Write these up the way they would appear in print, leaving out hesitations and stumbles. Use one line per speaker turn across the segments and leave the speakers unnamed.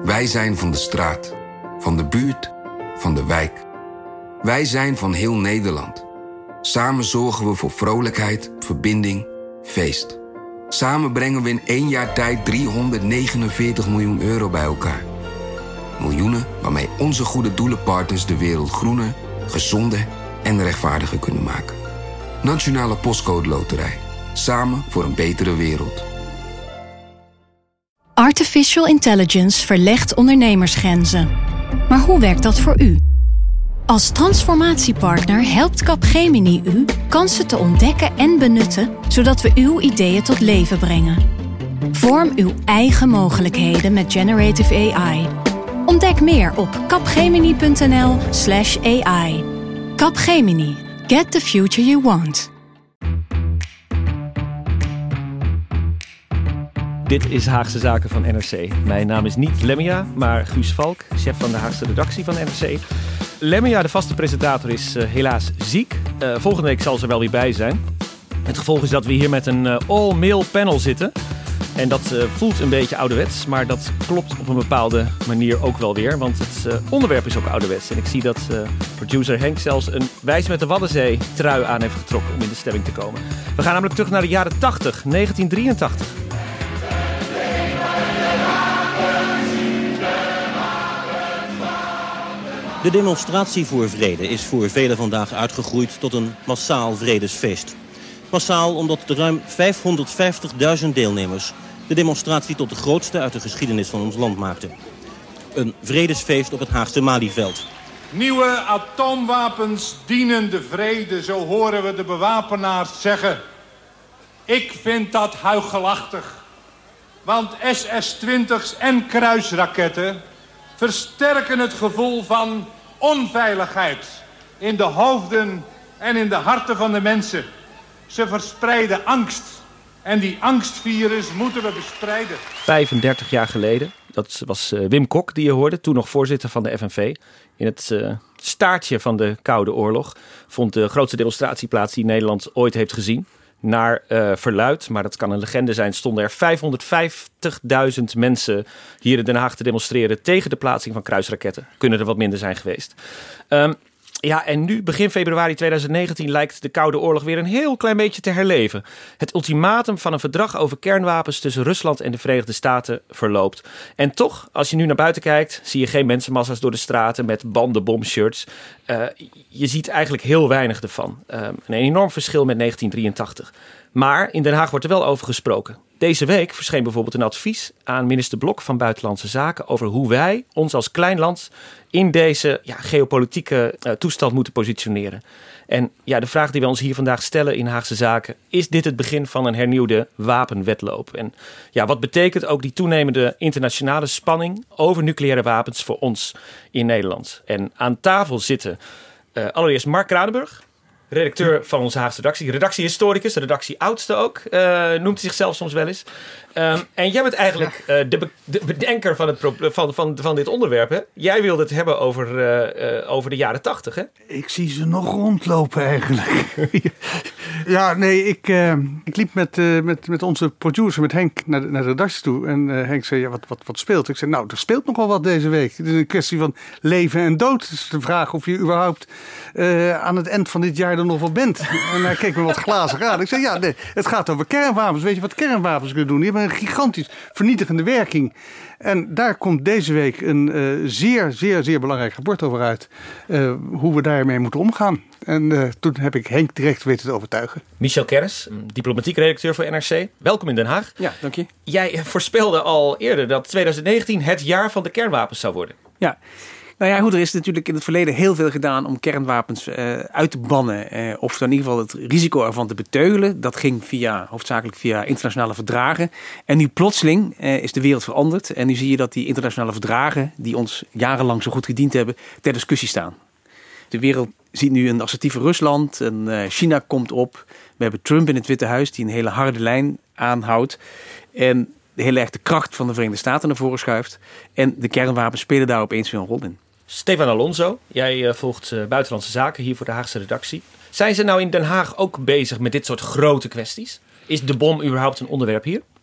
Wij zijn van de straat, van de buurt, van de wijk. Wij zijn van heel Nederland. Samen zorgen we voor vrolijkheid, verbinding, feest. Samen brengen we in 1 jaar tijd 349 miljoen euro bij elkaar. Miljoenen waarmee onze goede doelenpartners de wereld groener, gezonder en rechtvaardiger kunnen maken. Nationale Postcode Loterij. Samen voor een betere wereld.
Artificial intelligence verlegt ondernemersgrenzen. Maar hoe werkt dat voor u? Als transformatiepartner helpt Capgemini u kansen te ontdekken en benutten, zodat we uw ideeën tot leven brengen. Vorm uw eigen mogelijkheden met Generative AI. Ontdek meer op capgemini.nl/AI. Capgemini. Get the future you want.
Dit is Haagse Zaken van NRC. Mijn naam is niet Lemmia, maar Guus Valk, chef van de Haagse redactie van NRC. Lemmia, de vaste presentator, is helaas ziek. Volgende week zal ze er wel weer bij zijn. Het gevolg is dat we hier met een all-male panel zitten. En dat voelt een beetje ouderwets, maar dat klopt op een bepaalde manier ook wel weer. Want het onderwerp is ook ouderwets. En ik zie dat producer Henk zelfs een Wijs met de Waddenzee trui aan heeft getrokken om in de stemming te komen. We gaan namelijk terug naar de jaren 80, 1983.
De demonstratie voor vrede is voor velen vandaag uitgegroeid tot een massaal vredesfeest. Massaal omdat de ruim 550.000 deelnemers de demonstratie tot de grootste uit de geschiedenis van ons land maakten. Een vredesfeest op het Haagse Malieveld.
Nieuwe atoomwapens dienen de vrede, zo horen we de bewapenaars zeggen. Ik vind dat huichelachtig. Want SS-20's en kruisraketten versterken het gevoel van onveiligheid in de hoofden en in de harten van de mensen. Ze verspreiden angst. En die angstvirus moeten we bestrijden.
35 jaar geleden, dat was Wim Kok die je hoorde, toen nog voorzitter van de FNV. In het staartje van de Koude Oorlog vond de grootste demonstratie plaats die Nederland ooit heeft gezien. Naar verluidt, maar dat kan een legende zijn, stonden er 550.000 mensen hier in Den Haag te demonstreren tegen de plaatsing van kruisraketten. Kunnen er wat minder zijn geweest. Ja, en nu, begin februari 2019, lijkt de Koude Oorlog weer een heel klein beetje te herleven. Het ultimatum van een verdrag over kernwapens tussen Rusland en de Verenigde Staten verloopt. En toch, als je nu naar buiten kijkt, zie je geen mensenmassa's door de straten met bandenbomshirts. Je ziet eigenlijk heel weinig ervan. Een enorm verschil met 1983. Maar in Den Haag wordt er wel over gesproken. Deze week verscheen bijvoorbeeld een advies aan minister Blok van Buitenlandse Zaken over hoe wij ons als klein land in deze geopolitieke toestand moeten positioneren. En ja, de vraag die we ons hier vandaag stellen in Haagse Zaken, is dit het begin van een hernieuwde wapenwedloop? En ja, wat betekent ook die toenemende internationale spanning over nucleaire wapens voor ons in Nederland? En aan tafel zitten allereerst Mark Kranenburg, redacteur van onze Haagse redactie. Redactiehistoricus, de redactie-oudste ook, noemt hij zichzelf soms wel eens. En jij bent eigenlijk de bedenker van dit onderwerp. Hè? Jij wilde het hebben over de jaren 80, hè?
Ik zie ze nog rondlopen eigenlijk. Ja, nee, ik liep met onze producer, met Henk, naar de redactie toe. En Henk zei, ja, wat speelt? Ik zei, nou, er speelt nogal wat deze week. Het is een kwestie van leven en dood. Het is de vraag of je überhaupt aan het eind van dit jaar er nog wel bent. En hij keek me wat glazig aan. Ik zei, ja, nee, het gaat over kernwapens. Weet je wat kernwapens kunnen doen? Die hebben een gigantisch vernietigende werking. En daar komt deze week een zeer, zeer, zeer belangrijk rapport over uit. Hoe we daarmee moeten omgaan. En toen heb ik Henk direct weten te overtuigen.
Michel Kerris, diplomatiek redacteur voor NRC. Welkom in Den Haag.
Ja, dank je.
Jij voorspelde al eerder dat 2019 het jaar van de kernwapens zou worden.
Ja. Nou ja, goed, er is natuurlijk in het verleden heel veel gedaan om kernwapens uit te bannen. Of in ieder geval het risico ervan te beteugelen. Dat ging hoofdzakelijk via internationale verdragen. En nu plotseling is de wereld veranderd. En nu zie je dat die internationale verdragen, die ons jarenlang zo goed gediend hebben, ter discussie staan. De wereld ziet nu een assertieve Rusland. En China komt op. We hebben Trump in het Witte Huis die een hele harde lijn aanhoudt. En de hele echte kracht van de Verenigde Staten naar voren schuift. En de kernwapens spelen daar opeens weer een rol in.
Stefan Alonso, jij volgt buitenlandse zaken hier voor de Haagse redactie. Zijn ze nou in Den Haag ook bezig met dit soort grote kwesties? Is de bom überhaupt een onderwerp hier?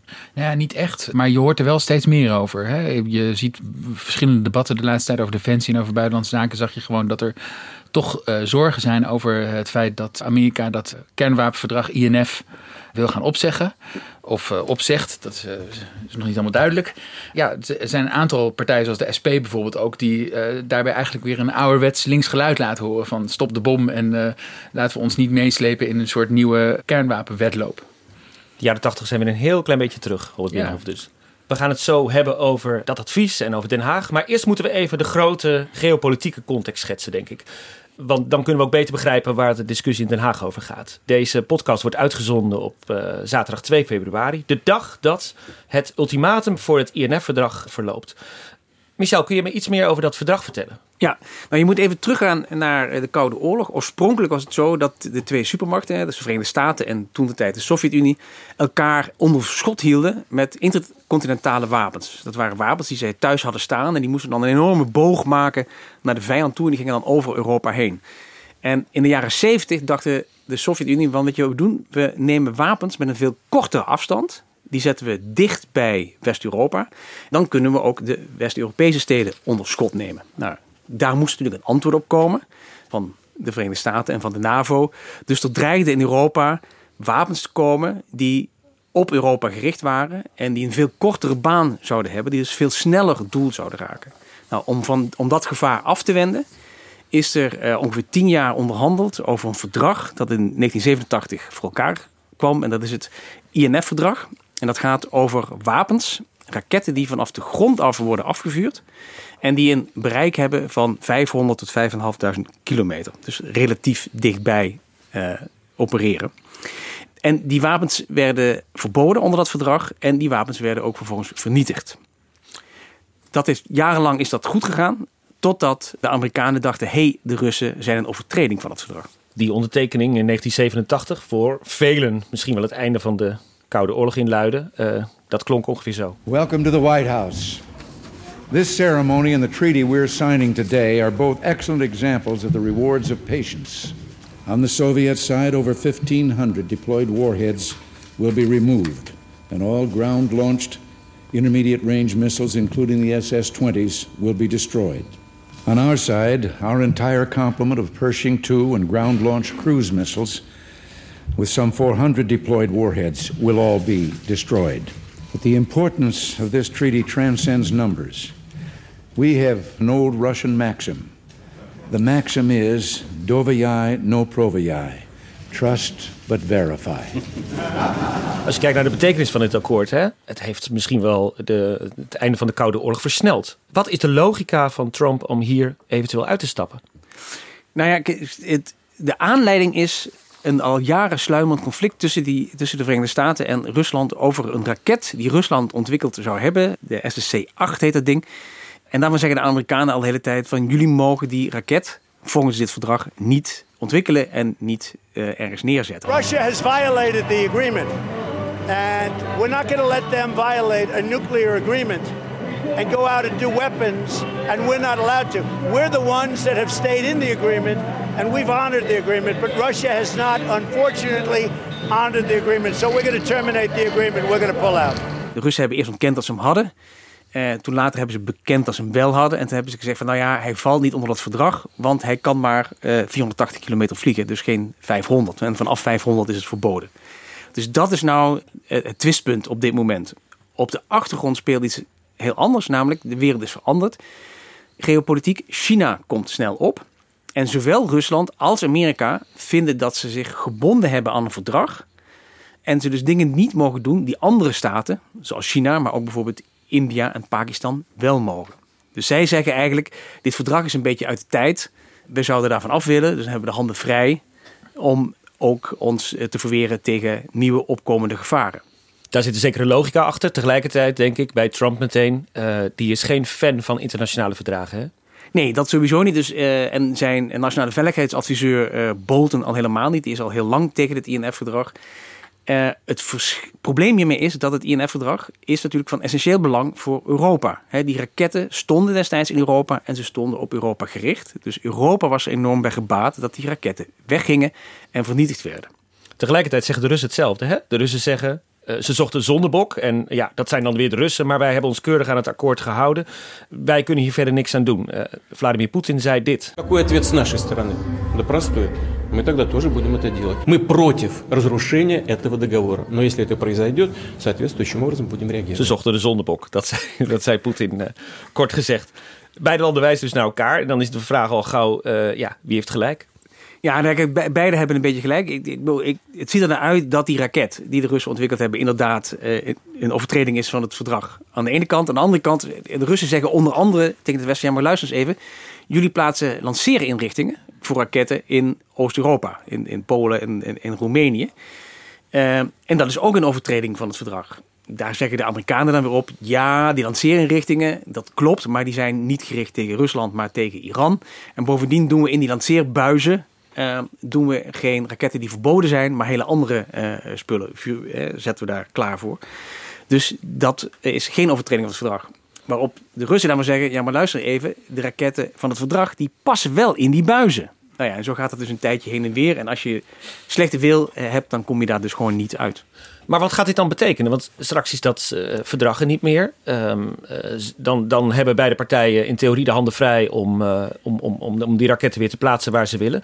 Ja, niet echt. Maar je hoort er wel steeds meer over. Hè? Je ziet verschillende debatten de laatste tijd over defensie en over buitenlandse zaken. Zag je gewoon dat er toch zorgen zijn over het feit dat Amerika dat kernwapenverdrag INF wil gaan opzeggen. Of opzegt, dat is nog niet helemaal duidelijk. Ja, er zijn een aantal partijen zoals de SP bijvoorbeeld ook, die daarbij eigenlijk weer een ouderwets links geluid laten horen van stop de bom en laten we ons niet meeslepen in een soort nieuwe kernwapenwedloop.
De jaren 80 zijn we een heel klein beetje terug op het Binnenhof dus. We gaan het zo hebben over dat advies en over Den Haag. Maar eerst moeten we even de grote geopolitieke context schetsen, denk ik. Want dan kunnen we ook beter begrijpen waar de discussie in Den Haag over gaat. Deze podcast wordt uitgezonden op zaterdag 2 februari. De dag dat het ultimatum voor het INF-verdrag verloopt. Michel, kun je me iets meer over dat verdrag vertellen?
Ja, nou je moet even teruggaan naar de Koude Oorlog. Oorspronkelijk was het zo dat de twee supermachten, dus de Verenigde Staten en toen de tijd de Sovjet-Unie, elkaar onder schot hielden met intercontinentale wapens. Dat waren wapens die zij thuis hadden staan en die moesten dan een enorme boog maken naar de vijand toe en die gingen dan over Europa heen. En in de jaren 70 dachten de Sovjet-Unie, wat we doen, we nemen wapens met een veel kortere afstand. Die zetten we dicht bij West-Europa. Dan kunnen we ook de West-Europese steden onder schot nemen. Nou, daar moest natuurlijk een antwoord op komen van de Verenigde Staten en van de NAVO. Dus er dreigden in Europa wapens te komen die op Europa gericht waren en die een veel kortere baan zouden hebben, die dus veel sneller het doel zouden raken. Nou, om dat gevaar af te wenden is er ongeveer 10 jaar onderhandeld over een verdrag dat in 1987 voor elkaar kwam. En dat is het INF-verdrag. En dat gaat over wapens, raketten die vanaf de grond af worden afgevuurd. En die een bereik hebben van 500 tot 5.500 kilometer. Dus relatief dichtbij opereren. En die wapens werden verboden onder dat verdrag. En die wapens werden ook vervolgens vernietigd. Jarenlang is dat goed gegaan. Totdat de Amerikanen dachten, de Russen zijn een overtreding van het verdrag.
Die ondertekening in 1987 voor velen misschien wel het einde van de Koude Oorlog inluidde. Dat klonk ongeveer zo.
Welcome to the White House. This ceremony and the treaty we're signing today are both excellent examples of the rewards of patience. On the Soviet side, over 1,500 deployed warheads will be removed, and all ground-launched intermediate-range missiles, including the SS-20s, will be destroyed. On our side, our entire complement of Pershing II and ground-launched cruise missiles, with some 400 deployed warheads, will all be destroyed. But the importance of this treaty transcends numbers. We have an old Russian maxim. The maxim is, dovyai no provyai. Trust but verify.
Als je kijkt naar de betekenis van dit akkoord, het heeft misschien wel het einde van de Koude Oorlog versneld. Wat is de logica van Trump om hier eventueel uit te stappen?
Nou ja, de aanleiding is een al jaren sluimerend conflict tussen de Verenigde Staten en Rusland over een raket die Rusland ontwikkeld zou hebben. De SSC-8 heet dat ding. En daarvan zeggen de Amerikanen al de hele tijd van jullie mogen die raket volgens dit verdrag niet ontwikkelen en niet ergens neerzetten.
Russia has violated the agreement. And we're not going to let them violate a nuclear agreement and go out and do weapons, and we're not allowed to. We're the ones that have stayed in the agreement, and we've honored the agreement, but Russia has not, unfortunately, honored the agreement. So we're going to terminate the agreement. We're going to pull out.
De Russen hebben eerst ontkend dat ze hem hadden. Toen later hebben ze bekend dat ze hem wel hadden. En toen hebben ze gezegd van hij valt niet onder dat verdrag. Want hij kan maar 480 kilometer vliegen. Dus geen 500. En vanaf 500 is het verboden. Dus dat is nou het twistpunt op dit moment. Op de achtergrond speelt iets heel anders. Namelijk, de wereld is veranderd. Geopolitiek, China komt snel op. En zowel Rusland als Amerika vinden dat ze zich gebonden hebben aan een verdrag. En ze dus dingen niet mogen doen die andere staten, zoals China, maar ook bijvoorbeeld India en Pakistan, wel mogen. Dus zij zeggen eigenlijk, dit verdrag is een beetje uit de tijd. We zouden daarvan af willen, dus dan hebben we de handen vrij om ook ons te verweren tegen nieuwe opkomende gevaren.
Daar zit een zekere logica achter. Tegelijkertijd denk ik bij Trump meteen, die is geen fan van internationale verdragen, hè?
Nee, dat sowieso niet. Dus, en zijn nationale veiligheidsadviseur Bolton al helemaal niet. Die is al heel lang tegen het INF-verdrag. Het probleem hiermee is dat het INF-verdrag is natuurlijk van essentieel belang voor Europa. Die raketten stonden destijds in Europa en ze stonden op Europa gericht. Dus Europa was er enorm bij gebaat dat die raketten weggingen en vernietigd werden.
Tegelijkertijd zeggen de Russen hetzelfde. Hè? De Russen zeggen, Ze zochten zondebok en ja, dat zijn dan weer de Russen, maar wij hebben ons keurig aan het akkoord gehouden. Wij kunnen hier verder niks aan doen. Vladimir Poetin zei dit.
Какой ответ с нашей стороны? Да простой. Мы тогда тоже будем это делать. Мы против разрушения этого договора. Но если это произойдет, соответствующим образом будем реагировать.
Ze zochten de zondebok, dat zei Poetin kort gezegd. Beide landen wijzen dus naar elkaar. En dan is de vraag al gauw, wie heeft gelijk?
Ja, beide hebben een beetje gelijk. Het ziet er naar uit dat die raket die de Russen ontwikkeld hebben inderdaad een overtreding is van het verdrag. Aan de ene kant. Aan de andere kant, de Russen zeggen onder andere tegen het Westen, ja maar luister eens even. Jullie plaatsen lanceerinrichtingen voor raketten in Oost-Europa. In Polen en in Roemenië. En dat is ook een overtreding van het verdrag. Daar zeggen de Amerikanen dan weer op, ja, die lanceerinrichtingen, dat klopt, maar die zijn niet gericht tegen Rusland, maar tegen Iran. En bovendien doen we in die lanceerbuizen doen we geen raketten die verboden zijn, maar hele andere spullen zetten we daar klaar voor. Dus dat is geen overtreding van het verdrag. Waarop de Russen dan maar zeggen, ja maar luister even, de raketten van het verdrag die passen wel in die buizen. Nou ja, en zo gaat het dus een tijdje heen en weer. En als je slechte wil hebt, dan kom je daar dus gewoon niet uit.
Maar wat gaat dit dan betekenen? Want straks is dat verdrag er niet meer. Dan hebben beide partijen in theorie de handen vrij om die raketten weer te plaatsen waar ze willen.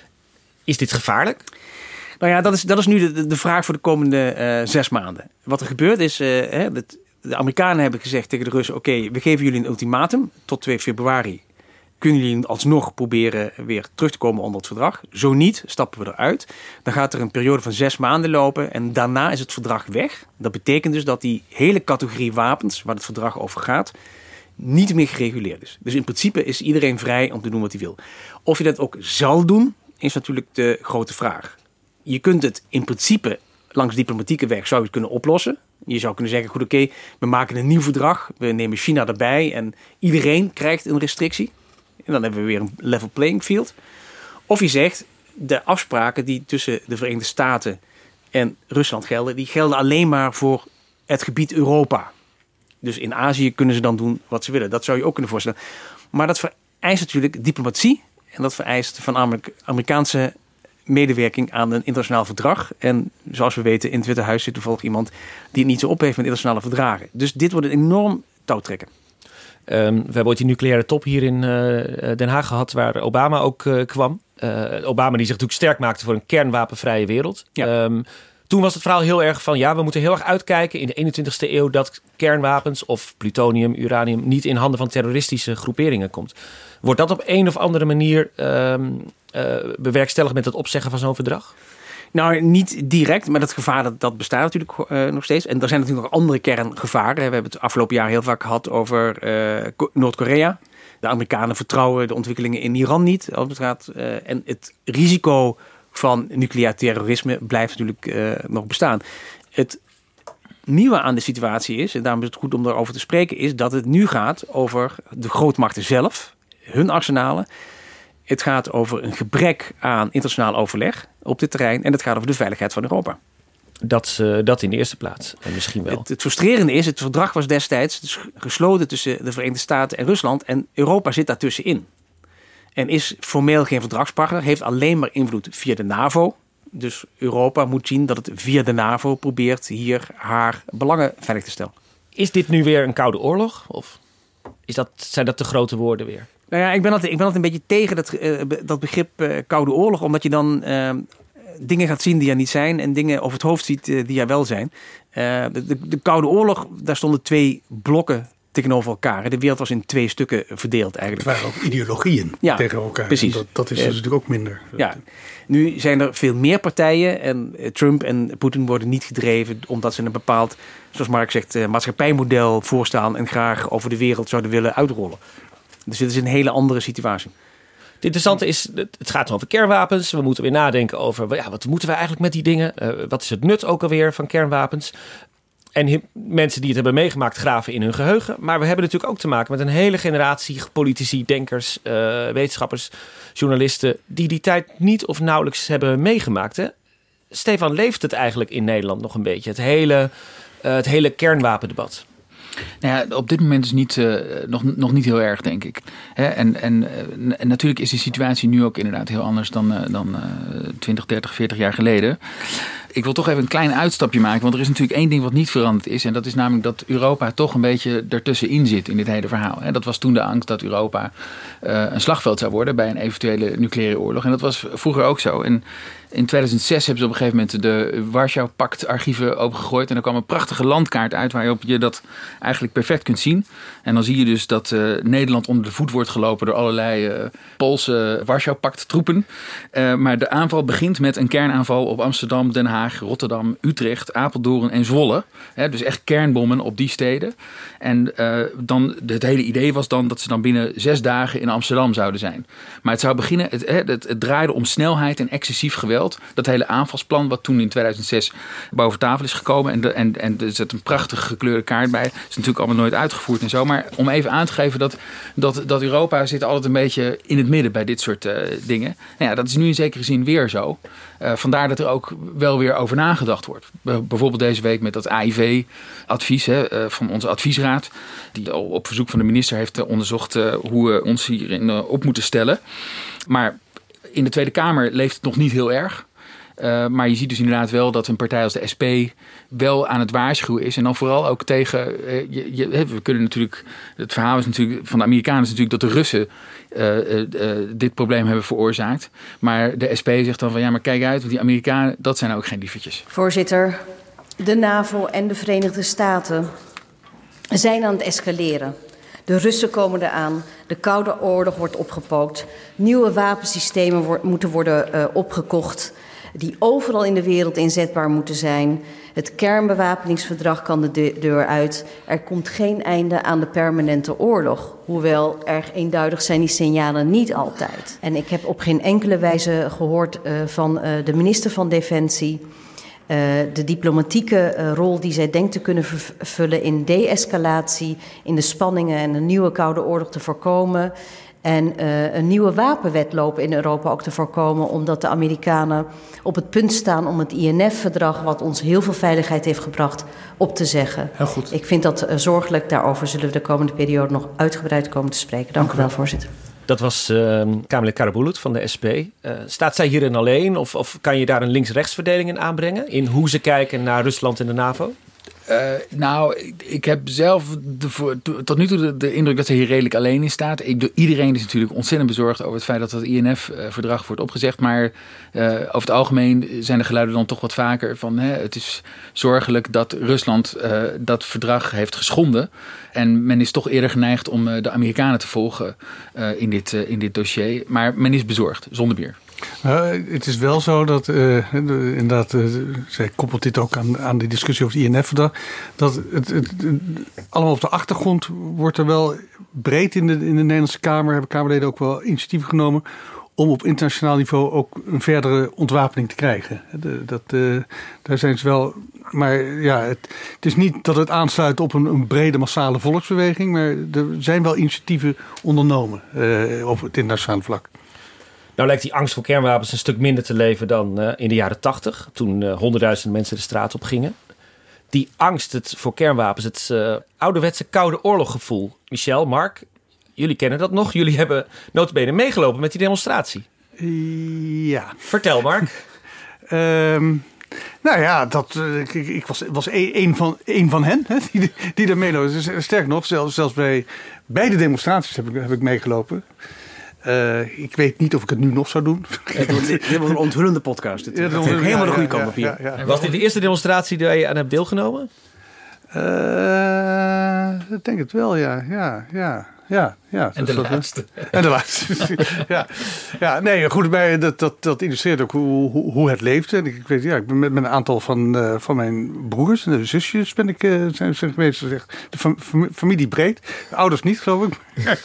Is dit gevaarlijk?
Nou ja, dat is nu de vraag voor de komende 6 maanden. Wat er gebeurt is, de Amerikanen hebben gezegd tegen de Russen, oké, we geven jullie een ultimatum tot 2 februari. Kunnen jullie alsnog proberen weer terug te komen onder het verdrag? Zo niet, stappen we eruit. Dan gaat er een periode van 6 maanden lopen en daarna is het verdrag weg. Dat betekent dus dat die hele categorie wapens waar het verdrag over gaat niet meer gereguleerd is. Dus in principe is iedereen vrij om te doen wat hij wil. Of je dat ook zal doen, is natuurlijk de grote vraag. Je kunt het in principe langs diplomatieke weg zou je het kunnen oplossen. Je zou kunnen zeggen, goed oké, we maken een nieuw verdrag. We nemen China erbij en iedereen krijgt een restrictie. En dan hebben we weer een level playing field. Of je zegt, de afspraken die tussen de Verenigde Staten en Rusland gelden, die gelden alleen maar voor het gebied Europa. Dus in Azië kunnen ze dan doen wat ze willen. Dat zou je ook kunnen voorstellen. Maar dat vereist natuurlijk diplomatie. En dat vereist van Amerikaanse medewerking aan een internationaal verdrag. En zoals we weten, in het Witte Huis zit toevallig iemand die het niet zo op heeft met internationale verdragen. Dus dit wordt een enorm touwtrekken.
We hebben ooit die nucleaire top hier in Den Haag gehad, waar Obama ook kwam. Obama die zich natuurlijk sterk maakte voor een kernwapenvrije wereld. Ja. Toen was het verhaal heel erg van, ja, we moeten heel erg uitkijken in de 21ste eeuw dat kernwapens of plutonium, uranium niet in handen van terroristische groeperingen komt. Wordt dat op een of andere manier bewerkstelligd met het opzeggen van zo'n verdrag?
Nou, niet direct, maar dat gevaar dat bestaat natuurlijk nog steeds. En er zijn natuurlijk nog andere kerngevaren. We hebben het afgelopen jaar heel vaak gehad over Noord-Korea. De Amerikanen vertrouwen de ontwikkelingen in Iran niet. En het risico van nucleair terrorisme blijft natuurlijk nog bestaan. Het nieuwe aan de situatie is, en daarom is het goed om daarover te spreken, is dat het nu gaat over de grootmachten zelf, hun arsenalen. Het gaat over een gebrek aan internationaal overleg op dit terrein. En het gaat over de veiligheid van Europa.
Dat in de eerste plaats. En misschien wel.
Het frustrerende is, het verdrag was destijds gesloten tussen de Verenigde Staten en Rusland. En Europa zit daartussenin. En is formeel geen verdragspartner. Heeft alleen maar invloed via de NAVO. Dus Europa moet zien dat het via de NAVO probeert hier haar belangen veilig te stellen.
Is dit nu weer een koude oorlog? Of zijn dat te grote woorden weer?
Nou ja, ik ben altijd een beetje tegen dat begrip koude oorlog. Omdat je dan dingen gaat zien die er niet zijn. En dingen over het hoofd ziet die er wel zijn. De Koude Oorlog, daar stonden 2 blokken tegenover elkaar. De wereld was in 2 stukken verdeeld eigenlijk.
Het waren ook ideologieën tegen elkaar.
Precies.
Dat is dus natuurlijk ook minder.
Ja. Nu zijn er veel meer partijen. En Trump en Poetin worden niet gedreven omdat ze een bepaald, zoals Mark zegt, maatschappijmodel voorstaan en graag over de wereld zouden willen uitrollen. Dus dit is een hele andere situatie.
Het interessante is, het gaat over kernwapens. We moeten weer nadenken over, wat moeten we eigenlijk met die dingen? Wat is het nut ook alweer van kernwapens? En mensen die het hebben meegemaakt graven in hun geheugen. Maar we hebben natuurlijk ook te maken met een hele generatie politici, denkers, wetenschappers, journalisten die tijd niet of nauwelijks hebben meegemaakt. Hè? Stefan, leeft het eigenlijk in Nederland nog een beetje? Het hele kernwapendebat?
Nou ja, op dit moment is nog niet heel erg, denk ik. En natuurlijk is de situatie nu ook inderdaad heel anders dan 20, 30, 40 jaar geleden. ik wil toch even een klein uitstapje maken. Want er is natuurlijk één ding wat niet veranderd is. En dat is namelijk dat Europa toch een beetje ertussenin zit in dit hele verhaal. Dat was toen de angst dat Europa een slagveld zou worden bij een eventuele nucleaire oorlog. En dat was vroeger ook zo. En in 2006 hebben ze op een gegeven moment de Warschau-pact-archieven opengegooid. En er kwam een prachtige landkaart uit waarop je dat eigenlijk perfect kunt zien. En dan zie je dus dat Nederland onder de voet wordt gelopen door allerlei Poolse Warschau-pact-troepen. Maar de aanval begint met een kernaanval op Amsterdam, Den Haag, Rotterdam, Utrecht, Apeldoorn en Zwolle. Dus echt kernbommen op die steden. En dan het hele idee was dan dat ze dan binnen 6 dagen in Amsterdam zouden zijn. Maar het zou beginnen, het draaide om snelheid en excessief geweld. Dat hele aanvalsplan wat toen in 2006 boven tafel is gekomen. En er zit een prachtig gekleurde kaart bij. Dat is natuurlijk allemaal nooit uitgevoerd en zo. Maar om even aan te geven dat Europa zit altijd een beetje in het midden bij dit soort dingen. Nou ja, dat is nu in zekere zin weer zo. Vandaar dat er ook wel weer over nagedacht wordt. Bijvoorbeeld deze week met dat AIV-advies van onze adviesraad. Die op verzoek van de minister heeft onderzocht hoe we ons hierin op moeten stellen. Maar in de Tweede Kamer leeft het nog niet heel erg. Maar je ziet dus inderdaad wel dat een partij als de SP wel aan het waarschuwen is. En dan vooral ook tegen... we kunnen natuurlijk... Het verhaal is natuurlijk van de Amerikanen is natuurlijk dat de Russen dit probleem hebben veroorzaakt. Maar de SP zegt dan van ja, maar kijk uit, want die Amerikanen, dat zijn ook geen lievertjes.
Voorzitter, de NAVO en de Verenigde Staten zijn aan het escaleren. De Russen komen eraan, de Koude Oorlog wordt opgepookt, nieuwe wapensystemen moeten worden opgekocht die overal in de wereld inzetbaar moeten zijn. Het kernbewapeningsverdrag kan de deur uit. Er komt geen einde aan de permanente oorlog. Hoewel erg eenduidig zijn die signalen niet altijd. En ik heb op geen enkele wijze gehoord van de minister van Defensie de diplomatieke rol die zij denkt te kunnen vervullen in de-escalatie, in de spanningen en een nieuwe Koude Oorlog te voorkomen. En een nieuwe wapenwetloop in Europa ook te voorkomen, omdat de Amerikanen op het punt staan om het INF-verdrag, wat ons heel veel veiligheid heeft gebracht, op te zeggen.
Heel goed.
Ik vind dat zorgelijk. Daarover zullen we de komende periode nog uitgebreid komen te spreken. Dank u wel, voorzitter.
Dat was Kamerlid Karabulut van de SP. Staat zij hierin alleen of kan je daar een links-rechts verdeling in aanbrengen? In hoe ze kijken naar Rusland en de NAVO?
Ik heb zelf tot nu toe de indruk dat ze hier redelijk alleen in staat. Iedereen is natuurlijk ontzettend bezorgd over het feit dat het INF-verdrag wordt opgezegd. Maar over het algemeen zijn de geluiden dan toch wat vaker van het is zorgelijk dat Rusland dat verdrag heeft geschonden. En men is toch eerder geneigd om de Amerikanen te volgen in dit dossier. Maar men is bezorgd, zonder meer.
Het is wel zo dat, inderdaad, zij koppelt dit ook aan de discussie over het INF-verdrag, dat het allemaal op de achtergrond wordt er wel breed in de Nederlandse Kamer, hebben Kamerleden ook wel initiatieven genomen om op internationaal niveau ook een verdere ontwapening te krijgen. Daar zijn ze wel. Maar ja, het is niet dat het aansluit op een brede massale volksbeweging, maar er zijn wel initiatieven ondernomen op het internationale vlak.
Nou lijkt die angst voor kernwapens een stuk minder te leven dan in de jaren 80, toen 100.000 mensen de straat op gingen. Die angst voor kernwapens, het ouderwetse Koude Oorloggevoel. Michel, Mark, jullie kennen dat nog. Jullie hebben nota bene meegelopen met die demonstratie.
Ja.
Vertel, Mark.
Nou ja, ik was een van hen die er meelopen. Dus, sterker nog, zelfs bij beide demonstraties heb ik meegelopen. Ik weet niet of ik het nu nog zou doen.
Dit wordt een onthullende podcast. Dit helemaal de goede kant op hier.
Ja.
Was dit de eerste demonstratie waar je aan hebt deelgenomen?
Ik denk het wel, ja.
En de laatste.
En de laatste. Ja, nee, goed, dat illustreert ook hoe het leeft. En ik ben met een aantal van mijn broers en zusjes zijn geweest. De familie breed. De ouders niet, geloof ik.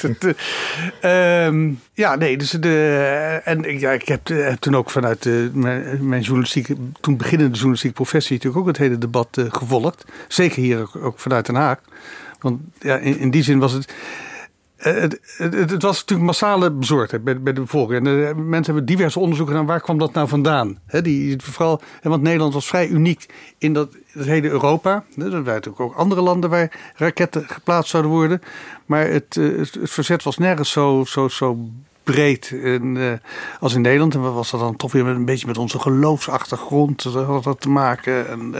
Ik heb toen ook vanuit mijn journalistieke, toen beginnende journalistieke professie natuurlijk ook het hele debat gevolgd. Zeker hier ook vanuit Den Haag. Want ja, in die zin was het. Het was natuurlijk massale bezorgdheid bij de bevolking. En mensen hebben diverse onderzoeken gedaan. Waar kwam dat nou vandaan? Want Nederland was vrij uniek in dat hele Europa. Er waren natuurlijk ook andere landen waar raketten geplaatst zouden worden. Maar het verzet was nergens zo breed als in Nederland. En wat was dat dan toch weer een beetje met onze geloofsachtergrond had dat te maken.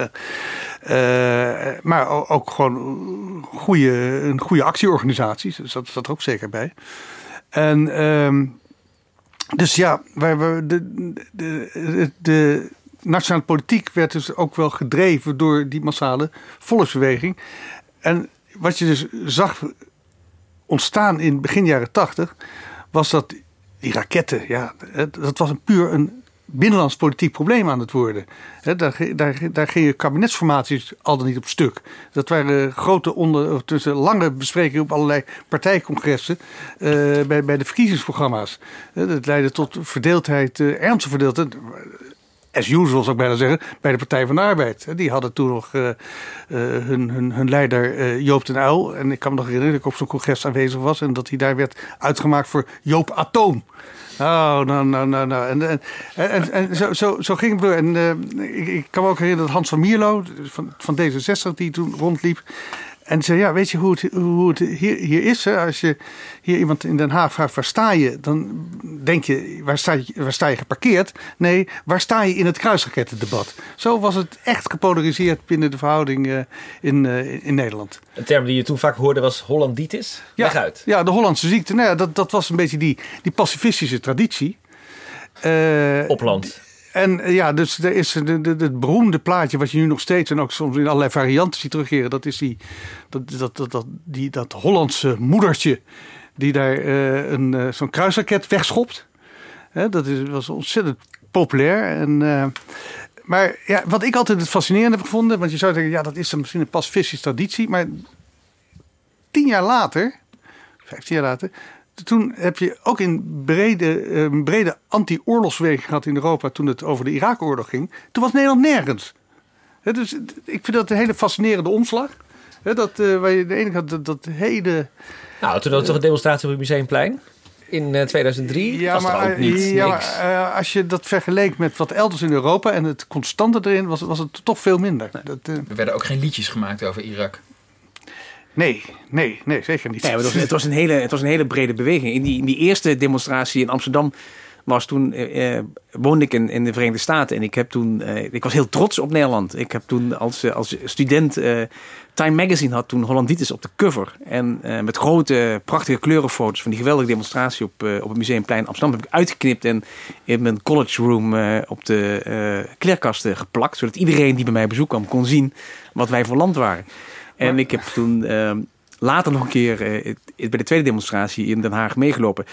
Maar ook gewoon een goede actieorganisatie. Dus dat zat er ook zeker bij. En dus ja, de nationale politiek werd dus ook wel gedreven door die massale volksbeweging. En wat je dus zag ontstaan in begin jaren 80... was dat die raketten, dat was puur een binnenlands politiek probleem aan het worden. Daar gingen kabinetsformaties al dan niet op stuk. Dat waren lange besprekingen op allerlei partijcongressen bij de verkiezingsprogramma's. Dat leidde tot verdeeldheid, ernstige verdeeldheid. As usual, zou ik bijna zeggen, bij de Partij van de Arbeid. Die hadden toen nog hun leider Joop den Uyl. En ik kan me nog herinneren dat ik op zo'n congres aanwezig was. En dat hij daar werd uitgemaakt voor Joop Atoom. Nou. En zo ging het door. En ik kan me ook herinneren dat Hans van Mierlo van D66 die toen rondliep. En zei, ja, weet je hoe het hier is? Hè? Als je hier iemand in Den Haag vraagt, waar sta je? Dan denk je, waar sta je geparkeerd? Nee, waar sta je in het kruisrakettendebat? Zo was het echt gepolariseerd binnen de verhouding in Nederland.
Een term die je toen vaak hoorde was Hollanditis. Leg uit.
Ja, de Hollandse ziekte. Nou ja, dat was een beetje die pacifistische traditie.
Op land.
En ja, dus er is het beroemde plaatje wat je nu nog steeds en ook soms in allerlei varianten ziet terugkeren. Dat is dat Hollandse moedertje die daar zo'n kruisraket wegschopt. Was ontzettend populair. Maar ja, wat ik altijd het fascinerende heb gevonden, want je zou denken, ja, dat is dan misschien een pacifistische traditie. Maar 15 jaar later, toen heb je ook een brede anti-oorlogsbeweging gehad in Europa toen het over de Irak-oorlog ging. Toen was Nederland nergens. Dus ik vind dat een hele fascinerende omslag. Waar je de ene kant dat hele...
Nou, toen had toch een demonstratie op het Museumplein in 2003.
Ja,
was
maar,
ook niet niks.
Als je dat vergeleek met wat elders in Europa en het constante erin, was het toch veel minder.
Nee. Er werden ook geen liedjes gemaakt over Irak.
Nee, zeker niet.
Nee, maar het was een hele brede beweging. In die eerste demonstratie in Amsterdam was toen woonde ik in de Verenigde Staten en ik was heel trots op Nederland. Ik heb toen als student Time Magazine had toen Hollanditis op de cover en met grote prachtige kleurenfoto's van die geweldige demonstratie op het Museumplein Amsterdam heb ik uitgeknipt en in mijn college room op de kleerkasten geplakt, zodat iedereen die bij mij op bezoek kwam kon zien wat wij voor land waren. En ik heb toen later nog een keer bij de tweede demonstratie in Den Haag meegelopen.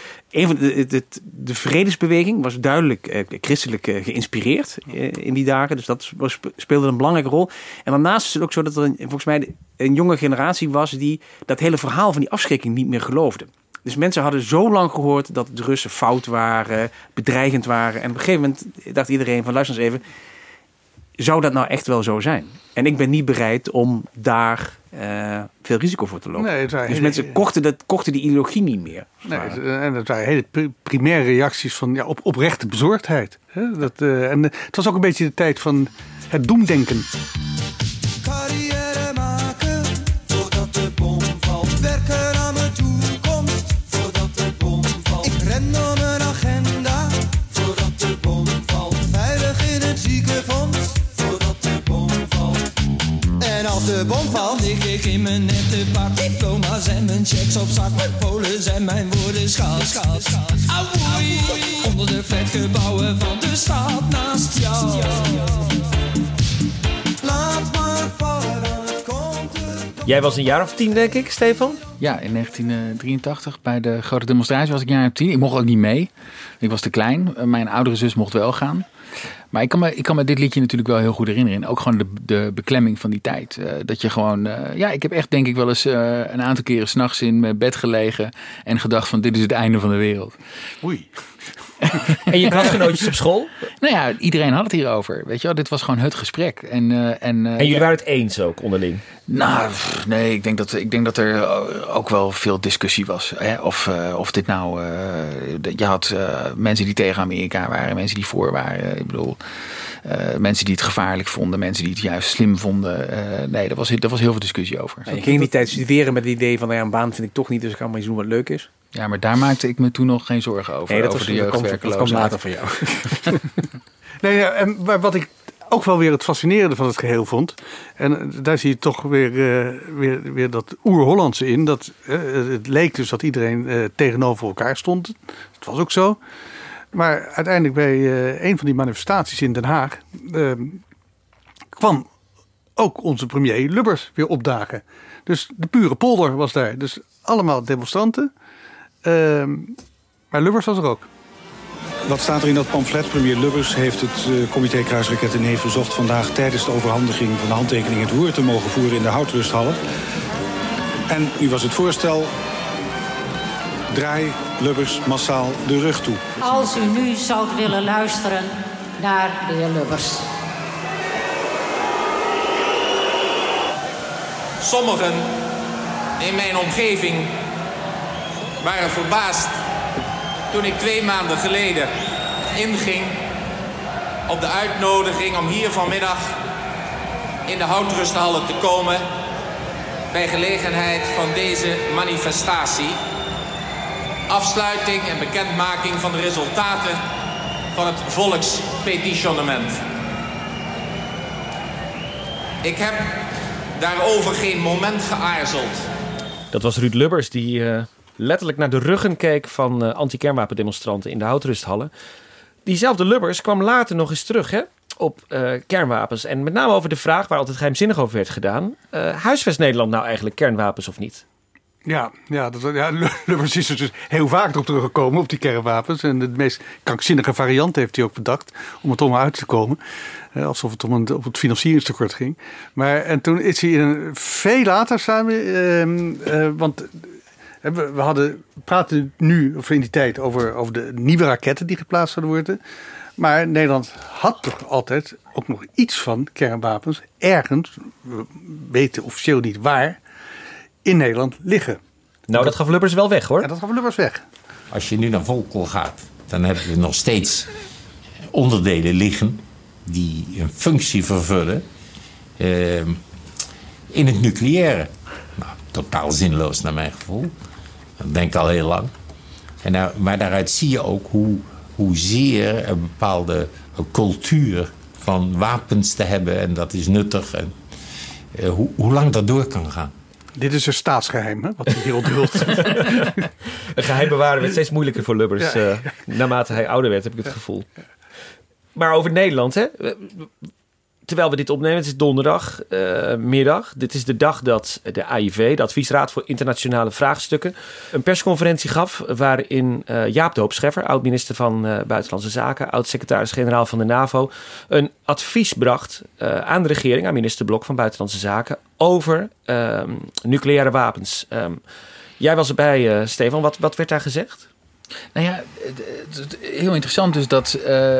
De vredesbeweging was duidelijk christelijk geïnspireerd in die dagen. Dus dat speelde een belangrijke rol. En daarnaast is het ook zo dat er volgens mij een jonge generatie was die dat hele verhaal van die afschrikking niet meer geloofde. Dus mensen hadden zo lang gehoord dat de Russen fout waren, bedreigend waren. En op een gegeven moment dacht iedereen van luister eens even, zou dat nou echt wel zo zijn? En ik ben niet bereid om daar veel risico voor te lopen. Dus mensen kochten die ideologie niet meer.
Nee, en dat waren hele primaire reacties van oprechte bezorgdheid. En het was ook een beetje de tijd van het doemdenken.
Carrière maken, voordat de bom valt. Werken aan mijn toekomst, voordat de bom valt. Ik ren naar mijn agenda, voordat de bom valt. Veilig in het ziekenfonds, voordat de bom valt. En als de bom valt, lig ik in mijn nette pak. Diploma's en mijn checks op zak. Mijn polen zijn mijn woorden schaal. Auwoei, onder de flatgebouwen van de stad naast jou. Laat maar vallen, dan het komt.
Jij was een jaar of 10, denk ik, Stefan?
Ja, in 1983 bij de grote demonstratie was ik een jaar of 10. Ik mocht ook niet mee. Ik was te klein. Mijn oudere zus mocht wel gaan. Maar ik kan me dit liedje natuurlijk wel heel goed herinneren. Ook gewoon de beklemming van die tijd. Dat je gewoon... ik heb echt denk ik wel eens een aantal keren 's nachts in mijn bed gelegen en gedacht van dit is het einde van de wereld.
Oei.
En je klasgenootjes op school?
Nou ja, iedereen had het hierover. Weet je wel, dit was gewoon het gesprek. En
jullie waren het eens ook onderling?
Nou, nee, ik denk dat er ook wel veel discussie was. Hè? Of dit nou... je had mensen die tegen Amerika waren, mensen die voor waren. Ik bedoel, mensen die het gevaarlijk vonden, mensen die het juist slim vonden. Nee, daar was heel veel discussie over.
Je ging in die tijd studeren met het idee van een baan vind ik toch niet, dus ik ga maar eens doen wat leuk is.
Ja, maar daar maakte ik me toen nog geen zorgen over.
Nee,
over de jeugdwerkeloosheid.
Dat kwam later van jou.
Maar wat ik ook wel weer het fascinerende van het geheel vond. En daar zie je toch weer dat oer-Hollandse in. Dat, het leek dus dat iedereen tegenover elkaar stond. Het was ook zo. Maar uiteindelijk bij een van die manifestaties in Den Haag kwam ook onze premier Lubbers weer opdagen. Dus de pure polder was daar. Dus allemaal demonstranten. Maar Lubbers was er ook.
Wat staat er in dat pamflet? Premier Lubbers heeft het comité Kruisraketten Nee verzocht vandaag tijdens de overhandiging van de handtekening het woord te mogen voeren in de Houtrusthallen. En nu was het voorstel: draai Lubbers massaal de rug toe.
Als u nu zou willen luisteren naar de heer Lubbers.
Sommigen in mijn omgeving waren verbaasd toen ik 2 maanden geleden inging op de uitnodiging om hier vanmiddag in de Houtrusthallen te komen bij gelegenheid van deze manifestatie. Afsluiting en bekendmaking van de resultaten van het volkspetitionnement. Ik heb daarover geen moment geaarzeld.
Dat was Ruud Lubbers die letterlijk naar de ruggen keek van anti-kernwapendemonstranten in de Houtrusthallen. Diezelfde Lubbers kwam later nog eens terug op kernwapens. En met name over de vraag waar altijd geheimzinnig over werd gedaan. Huisvest Nederland nou eigenlijk kernwapens of niet?
Ja, Lubbers is er dus heel vaak op teruggekomen op die kernwapens. En de meest krankzinnige variant heeft hij ook bedacht om het om uit te komen. Alsof het op het financieringstekort ging. En toen is hij veel later samen... want we praten nu, of in die tijd, over de nieuwe raketten die geplaatst zouden worden. Maar Nederland had toch altijd ook nog iets van kernwapens ergens, we weten officieel niet waar, in Nederland liggen.
Nou, dat gaf Lubbers wel weg, hoor.
Ja, dat gaf Lubbers weg.
Als je nu naar Volkel gaat, dan hebben we nog steeds onderdelen liggen die een functie vervullen in het nucleaire. Nou, totaal zinloos naar mijn gevoel. Dat denk ik al heel lang. Maar daaruit zie je ook hoezeer een bepaalde cultuur van wapens te hebben. En dat is nuttig. En hoe lang dat door kan gaan.
Dit is een staatsgeheim, hè, wat hij hier onthult.
Een geheim bewaren werd steeds moeilijker voor Lubbers. Ja. Naarmate hij ouder werd, heb ik het gevoel. Maar over Nederland, hè. Terwijl we dit opnemen, het is donderdag middag. Dit is de dag dat de AIV, de Adviesraad voor Internationale Vraagstukken, een persconferentie gaf waarin Jaap de Hoop Scheffer, oud-minister van Buitenlandse Zaken, oud-secretaris-generaal van de NAVO, een advies bracht aan de regering, aan minister Blok van Buitenlandse Zaken, over nucleaire wapens. Jij was erbij, Stefan. Wat werd daar gezegd?
Nou ja, heel interessant is dat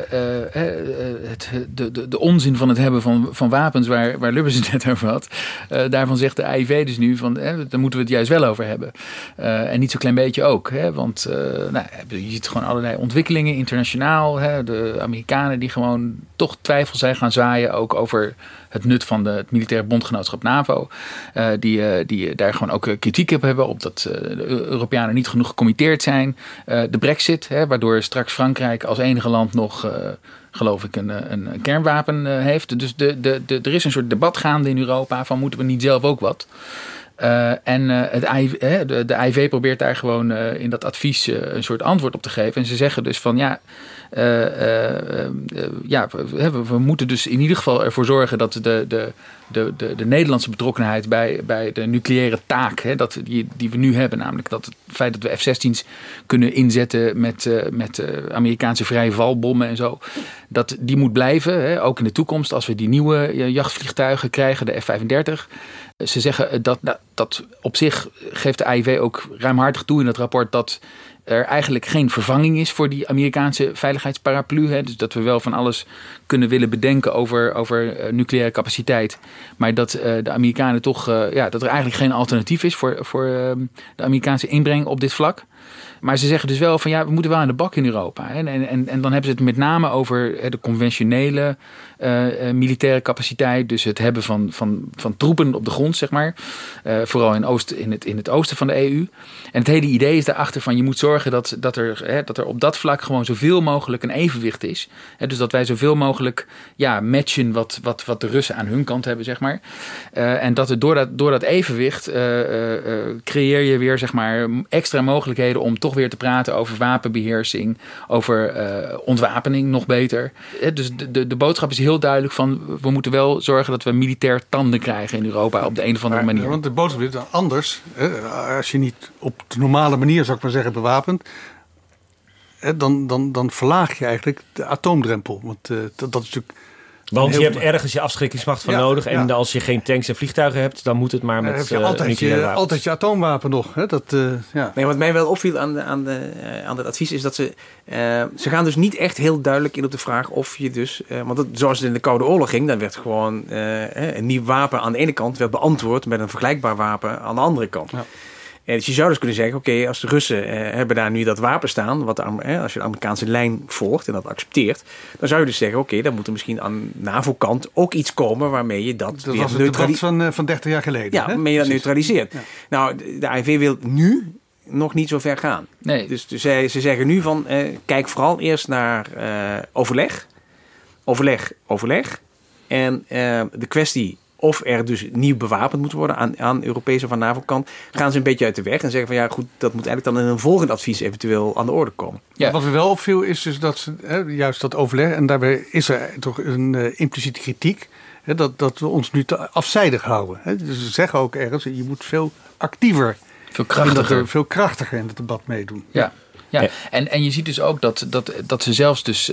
de onzin van het hebben van wapens waar Lubbers het net over had. Daarvan zegt de AIV dus nu van daar moeten we het juist wel over hebben. En niet zo'n klein beetje ook. Want je ziet gewoon allerlei ontwikkelingen internationaal. De Amerikanen die gewoon toch twijfel zijn gaan zaaien ook over het nut van het militaire bondgenootschap NAVO. Die daar gewoon ook kritiek op hebben op dat de Europeanen niet genoeg gecommitteerd zijn. De Brexit, waardoor straks Frankrijk als enige land nog, geloof ik, een kernwapen heeft. Dus er is een soort debat gaande in Europa van moeten we niet zelf ook wat? De AIV probeert daar gewoon in dat advies een soort antwoord op te geven. En ze zeggen dus van we moeten dus in ieder geval ervoor zorgen dat de Nederlandse betrokkenheid bij de nucleaire taak, die we nu hebben, namelijk dat het feit dat we F-16's kunnen inzetten met Amerikaanse vrije valbommen en zo, dat die moet blijven, ook in de toekomst als we die nieuwe jachtvliegtuigen krijgen, de F-35. Ze zeggen dat op zich geeft de AIV ook ruimhartig toe in het rapport dat er eigenlijk geen vervanging is voor die Amerikaanse veiligheidsparaplu. Hè? Dus dat we wel van alles kunnen willen bedenken over nucleaire capaciteit. Maar dat de Amerikanen toch, dat er eigenlijk geen alternatief is voor de Amerikaanse inbreng op dit vlak. Maar ze zeggen dus wel van we moeten wel aan de bak in Europa. Hè? En dan hebben ze het met name over de conventionele militaire capaciteit. Dus het hebben van troepen op de grond, zeg maar. Vooral in het oosten van de EU. En het hele idee is daarachter van je moet zorgen dat er op dat vlak gewoon zoveel mogelijk een evenwicht is. Dus dat wij zoveel mogelijk matchen wat de Russen aan hun kant hebben, zeg maar. En dat er door dat evenwicht creëer je weer, zeg maar, extra mogelijkheden om toch weer te praten over wapenbeheersing, over ontwapening nog beter. Dus de boodschap is heel duidelijk van we moeten wel zorgen dat we militair tanden krijgen in Europa op de een of andere manier.
Ja, want de boodschap is anders. Als je niet op de normale manier, zou ik maar zeggen, bewapend, dan verlaag je eigenlijk de atoomdrempel. Want dat is natuurlijk...
Want je hebt ergens je afschrikkingsmacht van nodig. En als je geen tanks en vliegtuigen hebt, dan moet het maar met
heb je altijd je atoomwapen nog. Hè?
Nee, wat mij wel opviel aan het advies is dat ze gaan dus niet echt heel duidelijk in op de vraag of je dus... want zoals het in de Koude Oorlog ging, dan werd gewoon een nieuw wapen aan de ene kant werd beantwoord met een vergelijkbaar wapen aan de andere kant. Ja. Dus je zou dus kunnen zeggen, oké, als de Russen hebben daar nu dat wapen staan, als je de Amerikaanse lijn volgt en dat accepteert, dan zou je dus zeggen, oké, dan moet er misschien aan NAVO-kant ook iets komen waarmee je dat
weer was het debat van 30 jaar geleden.
Ja, waarmee je dat neutraliseert. Ja. Nou, de AIV wil nu nog niet zo ver gaan.
Nee.
Dus ze zeggen nu van, kijk vooral eerst naar overleg. En de kwestie of er dus nieuw bewapend moet worden aan Europese of aan NAVO-kant, gaan ze een beetje uit de weg en zeggen van goed, dat moet eigenlijk dan in een volgend advies eventueel aan de orde komen.
Ja. Wat er wel opviel is dus dat ze juist dat overleg, en daarbij is er toch een impliciete kritiek, dat we ons nu te afzijdig houden. Dus ze zeggen ook ergens, je moet veel actiever, veel krachtiger in het debat meedoen.
Ja. Ja, en je ziet dus ook dat ze zelfs dus,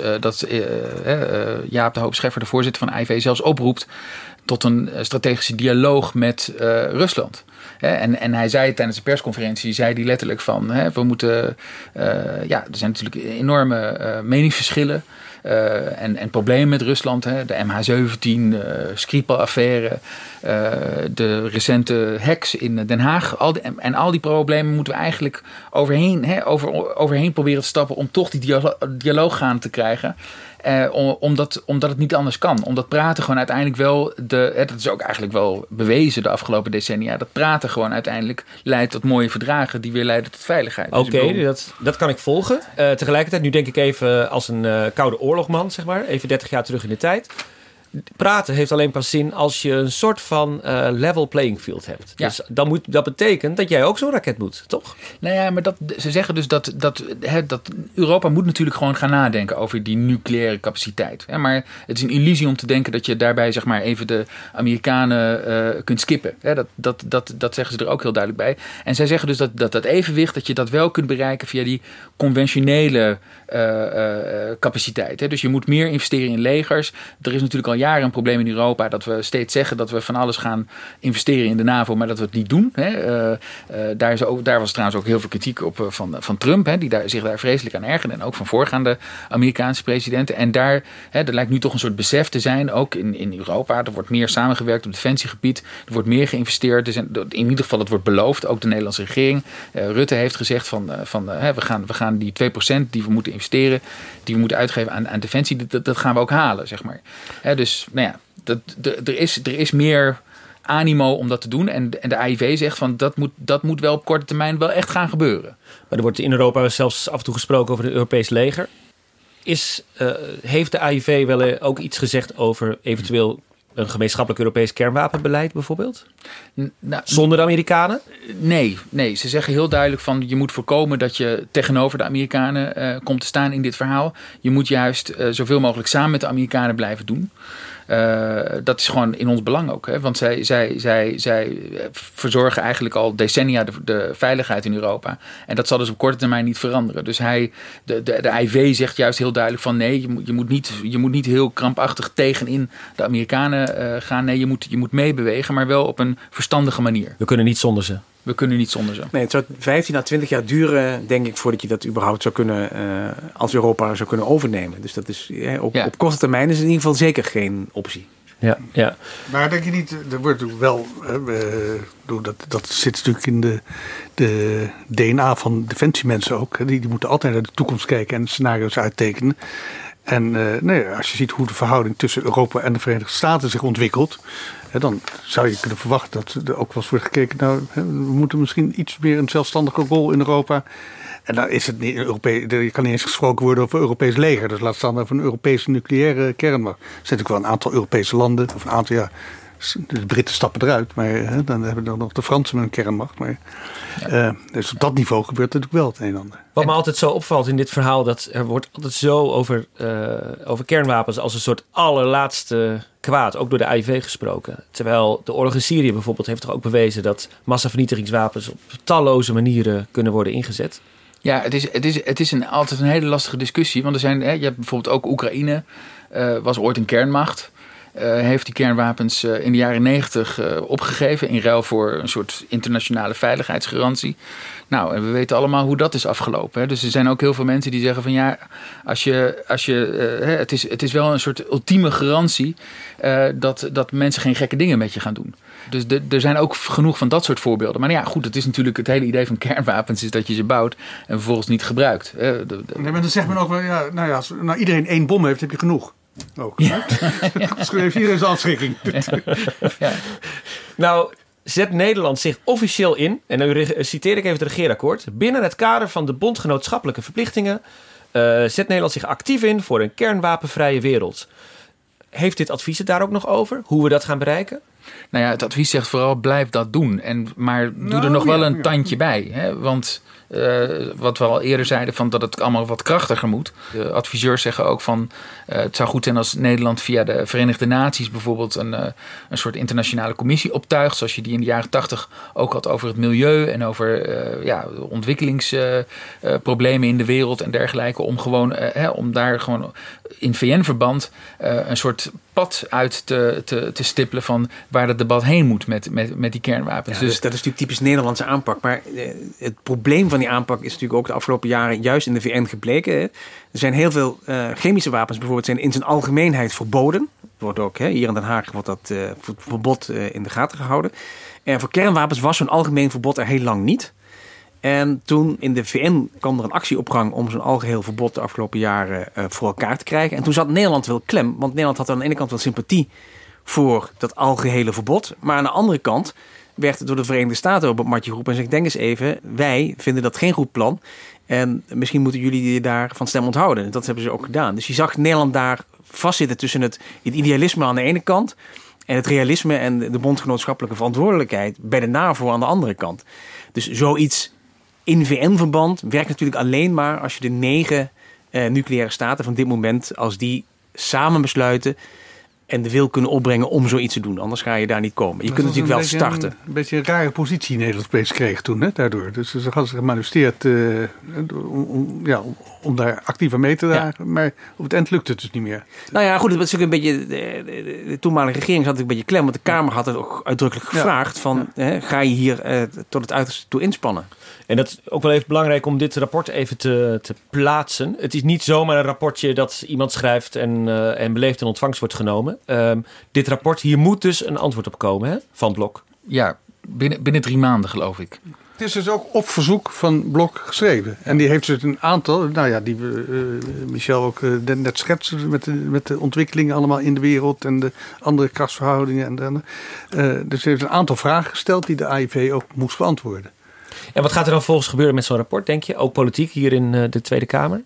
Jaap de Hoop Scheffer, de voorzitter van AIV, zelfs oproept tot een strategische dialoog met Rusland. En hij zei tijdens de persconferentie, zei hij letterlijk van, we moeten, er zijn natuurlijk enorme meningsverschillen. En problemen met Rusland, de MH17, Skripal-affaire, de recente hacks in Den Haag. Al die problemen moeten we eigenlijk overheen proberen te stappen om toch die dialoog gaande te krijgen. Omdat het niet anders kan. Omdat praten gewoon uiteindelijk wel, dat is ook eigenlijk wel bewezen de afgelopen decennia, dat praten gewoon uiteindelijk leidt tot mooie verdragen die weer leiden tot veiligheid.
Oké, dat kan ik volgen. Tegelijkertijd, nu denk ik even als een Koude Oorlogman, zeg maar, even 30 jaar terug in de tijd. Praten heeft alleen pas zin als je een soort van level playing field hebt. Ja. Dus dat betekent dat jij ook zo'n raket moet, toch?
Nou ja, maar ze zeggen dus dat Europa moet natuurlijk gewoon gaan nadenken over die nucleaire capaciteit. Ja, maar het is een illusie om te denken dat je daarbij zeg maar even de Amerikanen kunt skippen. Ja, dat zeggen ze er ook heel duidelijk bij. En zij zeggen dus dat evenwicht, dat je dat wel kunt bereiken via die conventionele capaciteit. Hè. Dus je moet meer investeren in legers. Er is natuurlijk al jaren een probleem in Europa dat we steeds zeggen dat we van alles gaan investeren in de NAVO, maar dat we het niet doen. Hè. Daar was trouwens ook heel veel kritiek op van Trump, hè, die zich daar vreselijk aan ergerde, en ook van voorgaande Amerikaanse presidenten. En er lijkt nu toch een soort besef te zijn, ook in Europa. Er wordt meer samengewerkt op defensiegebied. Er wordt meer geïnvesteerd. Dus in ieder geval, het wordt beloofd. Ook de Nederlandse regering. Rutte heeft gezegd we gaan die 2% die we moeten investeren, die we moeten uitgeven aan defensie, dat gaan we ook halen, zeg maar. Dus nou ja, er is meer animo om dat te doen. En de AIV zegt van dat moet wel op korte termijn wel echt gaan gebeuren.
Maar er wordt in Europa zelfs af en toe gesproken over het Europees leger. Heeft de AIV wel ook iets gezegd over eventueel een gemeenschappelijk Europees kernwapenbeleid bijvoorbeeld? Zonder de Amerikanen?
Nee, ze zeggen heel duidelijk van je moet voorkomen dat je tegenover de Amerikanen komt te staan in dit verhaal. Je moet juist zoveel mogelijk samen met de Amerikanen blijven doen. Dat is gewoon in ons belang ook. Hè? Want zij verzorgen eigenlijk al decennia de veiligheid in Europa. En dat zal dus op korte termijn niet veranderen. Dus de AIV zegt juist heel duidelijk van nee, je moet niet heel krampachtig tegenin de Amerikanen gaan. Nee, je moet meebewegen, maar wel op een verstandige manier.
We kunnen niet zonder ze.
We kunnen niet zonder ze.
Nee, het zou 15 à 20 jaar duren, denk ik, voordat je dat überhaupt zou kunnen, als Europa zou kunnen overnemen. Dus dat is op korte termijn is het in ieder geval zeker geen optie.
Ja.
Maar denk je niet, er wordt natuurlijk wel, dat zit natuurlijk in de DNA van defensiemensen ook. Hè, die moeten altijd naar de toekomst kijken en scenario's uittekenen. En als je ziet hoe de verhouding tussen Europa en de Verenigde Staten zich ontwikkelt, dan zou je kunnen verwachten dat er ook wel eens wordt gekeken. We moeten misschien iets meer een zelfstandige rol in Europa. En dan is het niet er kan niet eens gesproken worden over een Europees leger. Dus laat staan over een Europese nucleaire kernmacht. Er zijn natuurlijk wel een aantal Europese landen, of een aantal, de Britten stappen eruit, maar dan hebben we dan nog de Fransen met een kernmacht. Maar, dus op dat niveau gebeurt het natuurlijk wel het een en ander.
Wat me altijd zo opvalt in dit verhaal, dat er wordt altijd zo over kernwapens als een soort allerlaatste kwaad, ook door de AIV gesproken. Terwijl de oorlog in Syrië bijvoorbeeld heeft toch ook bewezen dat massavernietigingswapens op talloze manieren kunnen worden ingezet.
Ja, het is altijd een hele lastige discussie. Want je hebt bijvoorbeeld ook Oekraïne, was ooit een kernmacht. Heeft die kernwapens in de jaren 90 opgegeven in ruil voor een soort internationale veiligheidsgarantie. Nou, en we weten allemaal hoe dat is afgelopen. Hè? Dus er zijn ook heel veel mensen die zeggen van het is wel een soort ultieme garantie dat mensen geen gekke dingen met je gaan doen. Dus er zijn ook genoeg van dat soort voorbeelden. Maar ja, goed, het is natuurlijk het hele idee van kernwapens is dat je ze bouwt en vervolgens niet gebruikt.
Nee, maar dan zegt men ook wel, als iedereen 1 bom heeft, heb je genoeg. Ook. Ja. Dat heeft iedereen zijn afschrikking.
Ja. Nou, zet Nederland zich officieel in, en nu citeer ik even het regeerakkoord, binnen het kader van de bondgenootschappelijke verplichtingen zet Nederland zich actief in voor een kernwapenvrije wereld. Heeft dit advies het daar ook nog over? Hoe we dat gaan bereiken?
Nou ja, het advies zegt vooral blijf dat doen. Maar doe er nog wel een tandje bij. Hè? Want wat we al eerder zeiden, van dat het allemaal wat krachtiger moet. De adviseurs zeggen ook van het zou goed zijn als Nederland via de Verenigde Naties bijvoorbeeld een soort internationale commissie optuigt. Zoals je die in de jaren 80 ook had over het milieu en over ontwikkelingsproblemen in de wereld en dergelijke. Om daar gewoon in VN-verband een soort pad uit te stippelen van waar het debat heen moet met die kernwapens.
Ja, dus dat is natuurlijk typisch Nederlandse aanpak. Maar het probleem van die aanpak is natuurlijk ook de afgelopen jaren juist in de VN gebleken. Hè. Er zijn heel veel chemische wapens bijvoorbeeld zijn in zijn algemeenheid verboden. Wordt ook hier in Den Haag wordt dat verbod in de gaten gehouden. En voor kernwapens was zo'n algemeen verbod er heel lang niet. En toen in de VN kwam er een actie op gang om zo'n algeheel verbod de afgelopen jaren voor elkaar te krijgen. En toen zat Nederland wel klem, want Nederland had aan de ene kant wel sympathie voor dat algehele verbod. Maar aan de andere kant werd het door de Verenigde Staten op het matje geroepen en zegt, denk eens even, wij vinden dat geen goed plan. En misschien moeten jullie daar van stem onthouden. En dat hebben ze ook gedaan. Dus je zag Nederland daar vastzitten tussen het idealisme aan de ene kant en het realisme en de bondgenootschappelijke verantwoordelijkheid bij de NAVO aan de andere kant. Dus zoiets in VN-verband werkt natuurlijk alleen maar als je de 9 nucleaire staten van dit moment, als die samen besluiten en de wil kunnen opbrengen om zoiets te doen. Anders ga je daar niet komen. Je kunt natuurlijk wel starten.
Een beetje een rare positie Nederland opeens kreeg toen, daardoor. Dus ze hadden zich gemanifesteerd om daar actief aan mee te dragen. Ja. Maar op het eind lukt het dus niet meer. Nou
ja, goed, het is ook een beetje de toenmalige regering zat een beetje klem, want de Kamer had het ook uitdrukkelijk gevraagd van ga je hier tot het uiterste toe inspannen.
En dat is ook wel even belangrijk om dit rapport even te plaatsen. Het is niet zomaar een rapportje dat iemand schrijft en beleefd in ontvangst wordt genomen. Dit rapport, hier moet dus een antwoord op komen van Blok.
Ja, binnen 3 maanden geloof ik.
Het is dus ook op verzoek van Blok geschreven. En die heeft dus een aantal, die Michel ook net schetste met de ontwikkelingen allemaal in de wereld en de andere krachtsverhoudingen. Dus hij heeft een aantal vragen gesteld die de AIV ook moest beantwoorden.
En wat gaat er dan volgens gebeuren met zo'n rapport, denk je? Ook politiek hier in de Tweede Kamer?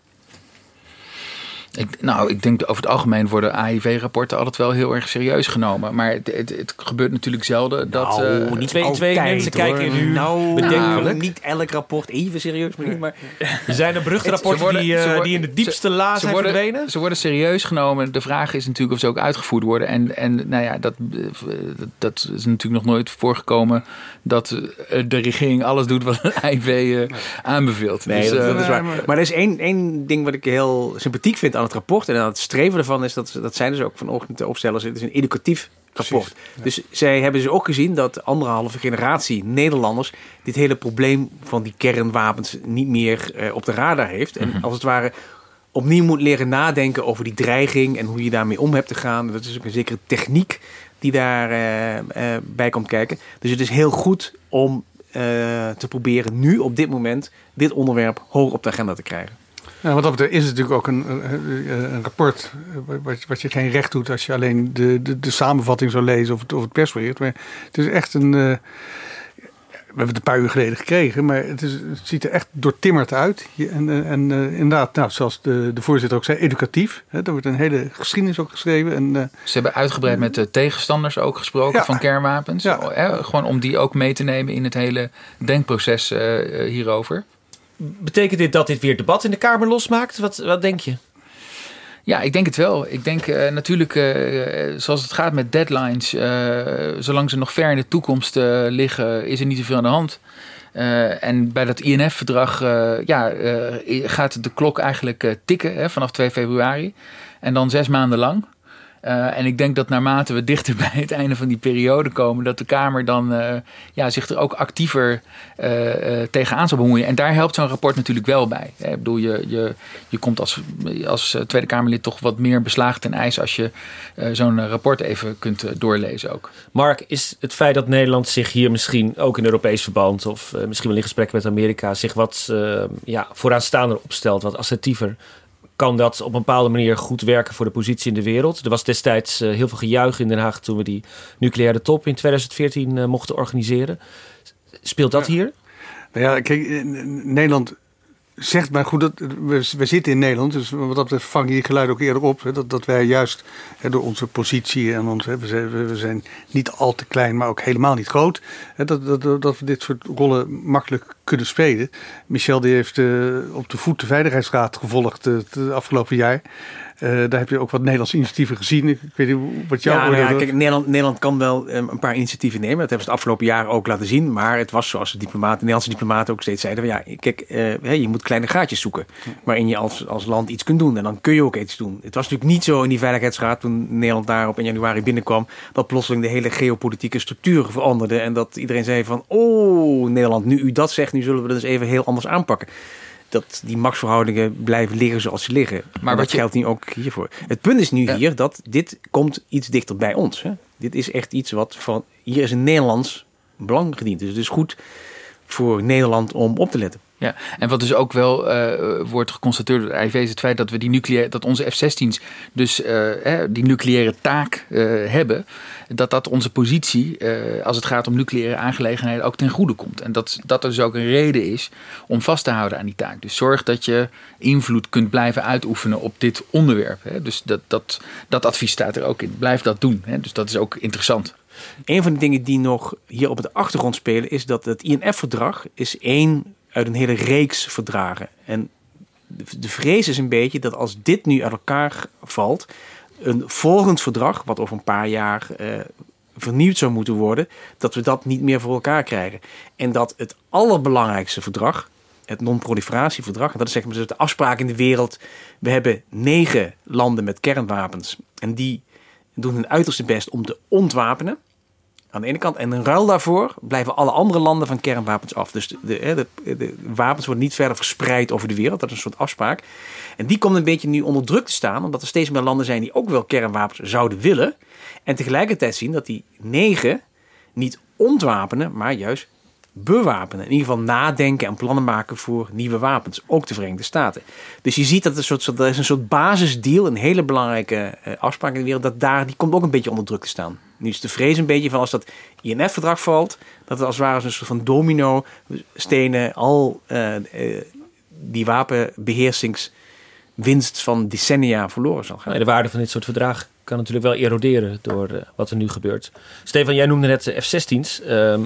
Ik denk over het algemeen worden AIV-rapporten altijd wel heel erg serieus genomen. Maar het gebeurt natuurlijk zelden dat...
niet twee mensen kijken nu bedenkelijk. Niet elk rapport even serieus. Maar
er zijn er beruchtrapporten die in de diepste la zijn verdwenen.
Ze worden serieus genomen. De vraag is natuurlijk of ze ook uitgevoerd worden. En dat is natuurlijk nog nooit voorgekomen dat de regering alles doet wat de AIV aanbeveelt.
Nee, dat is waar. Maar er is één ding wat ik heel sympathiek vind aan het rapport en aan het streven ervan is, dat zijn dus ook vanochtend de opstellers, het is een educatief rapport. Dus zij hebben dus ook gezien dat 1,5 generatie Nederlanders dit hele probleem van die kernwapens niet meer op de radar heeft. En als het ware opnieuw moet leren nadenken over die dreiging en hoe je daarmee om hebt te gaan. Dat is ook een zekere techniek die daar bij komt kijken. Dus het is heel goed om te proberen nu op dit moment dit onderwerp hoog op de agenda te krijgen.
Ja, wat dat betreft is het natuurlijk ook een rapport wat je geen recht doet als je alleen de samenvatting zou lezen of het persbericht. Maar het is echt we hebben het een paar uur geleden gekregen, maar het ziet er echt doortimmerd uit. En inderdaad, zoals de voorzitter ook zei, educatief. Hè, er wordt een hele geschiedenis ook geschreven. En,
ze hebben uitgebreid met de tegenstanders ook gesproken van kernwapens. Ja. Gewoon om die ook mee te nemen in het hele denkproces hierover.
Betekent dit dat dit weer debat in de Kamer losmaakt? Wat denk je?
Ja, ik denk het wel. Ik denk natuurlijk, zoals het gaat met deadlines, zolang ze nog ver in de toekomst liggen, is er niet zoveel aan de hand. En bij dat INF-verdrag gaat de klok eigenlijk tikken vanaf 2 februari. En dan 6 maanden lang. En ik denk dat naarmate we dichter bij het einde van die periode komen, dat de Kamer dan zich er ook actiever tegenaan zal bemoeien. En daar helpt zo'n rapport natuurlijk wel bij. Ik bedoel, je komt als Tweede Kamerlid toch wat meer beslagen ten ijs als je zo'n rapport even kunt doorlezen ook.
Mark, is het feit dat Nederland zich hier misschien ook in Europees verband of misschien wel in gesprekken met Amerika zich wat vooraanstaander opstelt, wat assertiever, kan dat op een bepaalde manier goed werken voor de positie in de wereld? Er was destijds heel veel gejuich in Den Haag toen we die nucleaire top in 2014 mochten organiseren. Speelt dat hier?
Nou ja, kijk, Nederland zegt, maar goed, we zitten in Nederland, dus wat dat betreft vangen die geluiden ook eerder op. Hè, dat wij juist door onze positie en we zijn niet al te klein, maar ook helemaal niet groot. Hè, dat we dit soort rollen makkelijk kunnen spelen. Michel die heeft op de voet de Veiligheidsraad gevolgd het afgelopen jaar. Daar heb je ook wat Nederlandse initiatieven gezien. Ik weet niet wat jouw oordeel is.
Kijk, Nederland kan wel een paar initiatieven nemen. Dat hebben ze het afgelopen jaar ook laten zien. Maar het was zoals de Nederlandse diplomaten ook steeds zeiden. Je moet kleine gaatjes zoeken waarin je als land iets kunt doen. En dan kun je ook iets doen. Het was natuurlijk niet zo in die Veiligheidsraad toen Nederland daarop in januari binnenkwam, dat plotseling de hele geopolitieke structuur veranderde. En dat iedereen zei van, Nederland, nu u dat zegt, nu zullen we dat eens even heel anders aanpakken. Dat die machtsverhoudingen blijven liggen zoals ze liggen. Maar dat geldt nu ook hiervoor. Het punt is nu hier dat dit komt iets dichter bij ons. Hè? Dit is echt iets hier is een Nederlands belang gediend. Dus het is goed voor Nederland om op te letten.
Ja, en wat dus ook wel wordt geconstateerd door de AIV is het feit dat we dat onze F-16's dus die nucleaire taak hebben, dat onze positie als het gaat om nucleaire aangelegenheden ook ten goede komt. En dat er dus ook een reden is om vast te houden aan die taak. Dus zorg dat je invloed kunt blijven uitoefenen op dit onderwerp. Hè. Dus dat advies staat er ook in. Blijf dat doen. Hè. Dus dat is ook interessant.
Een van de dingen die nog hier op de achtergrond spelen is dat het INF-verdrag is één uit een hele reeks verdragen. En de vrees is een beetje dat als dit nu uit elkaar valt, een volgend verdrag, wat over een paar jaar vernieuwd zou moeten worden, dat we dat niet meer voor elkaar krijgen. En dat het allerbelangrijkste verdrag, het non-proliferatieverdrag, en dat is zeg maar de afspraak in de wereld. We hebben 9 landen met kernwapens en die doen hun uiterste best om te ontwapenen. Aan de ene kant. En in ruil daarvoor blijven alle andere landen van kernwapens af. Dus de wapens worden niet verder verspreid over de wereld. Dat is een soort afspraak. En die komt een beetje nu onder druk te staan. Omdat er steeds meer landen zijn die ook wel kernwapens zouden willen. En tegelijkertijd zien dat die 9 niet ontwapenen, maar juist bewapenen. In ieder geval nadenken en plannen maken voor nieuwe wapens. Ook de Verenigde Staten. Dus je ziet dat er is een soort basisdeal, een hele belangrijke afspraak in de wereld. Die komt ook een beetje onder druk te staan. Nu is de vrees een beetje van als dat INF-verdrag valt, dat het als het ware een soort van domino stenen al die wapenbeheersingswinst van decennia verloren zal gaan.
De waarde van dit soort verdragen kan natuurlijk wel eroderen door wat er nu gebeurt. Stefan, jij noemde net de F-16's